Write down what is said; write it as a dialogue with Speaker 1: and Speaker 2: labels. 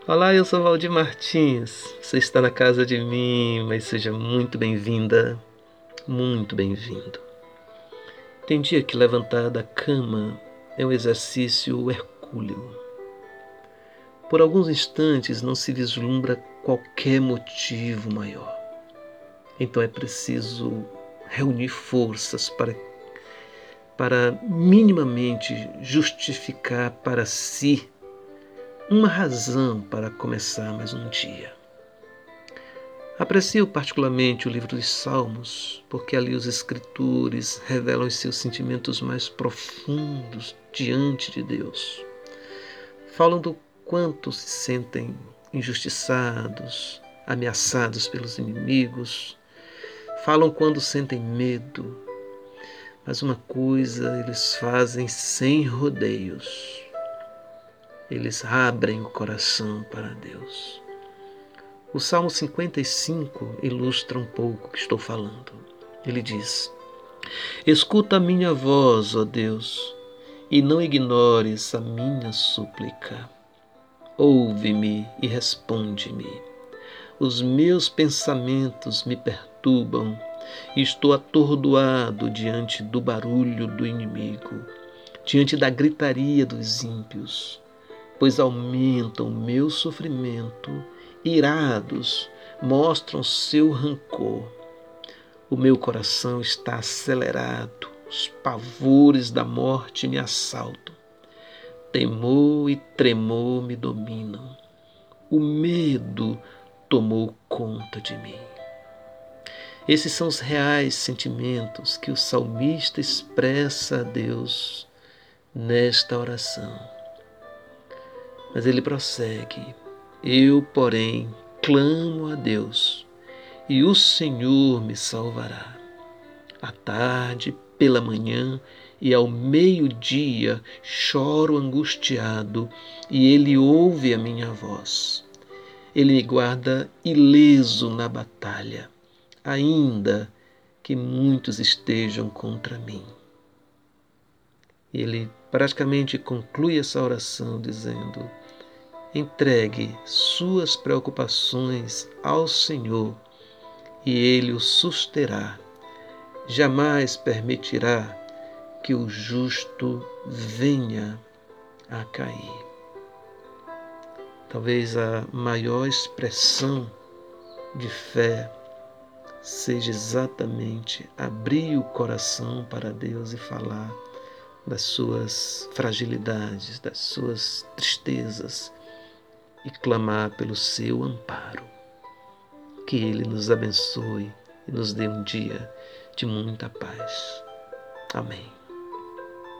Speaker 1: Olá, eu sou Valdir Martins. Você está na casa de mim, mas seja muito bem-vinda, muito bem-vindo. Tem dia que levantar da cama é um exercício hercúleo. Por alguns instantes não se vislumbra qualquer motivo maior. Então é preciso reunir forças para minimamente justificar para si uma razão para começar mais um dia. Aprecio particularmente o livro dos Salmos, porque ali os escritores revelam os seus sentimentos mais profundos diante de Deus. Falam do quanto se sentem injustiçados, ameaçados pelos inimigos. Falam quando sentem medo. Mas uma coisa eles fazem sem rodeios. Eles abrem o coração para Deus. O Salmo 55 ilustra um pouco o que estou falando. Ele diz: Escuta a minha voz, ó Deus, e não ignores a minha súplica. Ouve-me e responde-me. Os meus pensamentos me perturbam e estou atordoado diante do barulho do inimigo, diante da gritaria dos ímpios, pois aumentam o meu sofrimento. Irados, mostram seu rancor. O meu coração está acelerado, os pavores da morte me assaltam. Temor e tremor me dominam. O medo tomou conta de mim. Esses são os reais sentimentos que o salmista expressa a Deus nesta oração. Mas ele prossegue: Eu, porém, clamo a Deus, e o Senhor me salvará. À tarde, pela manhã e ao meio-dia choro angustiado, e Ele ouve a minha voz. Ele me guarda ileso na batalha, ainda que muitos estejam contra mim. Ele praticamente conclui essa oração dizendo: Entregue suas preocupações ao Senhor e Ele o susterá. Jamais permitirá que o justo venha a cair. Talvez a maior expressão de fé seja exatamente abrir o coração para Deus e falar das suas fragilidades, das suas tristezas, e clamar pelo seu amparo. Que Ele nos abençoe e nos dê um dia de muita paz. Amém.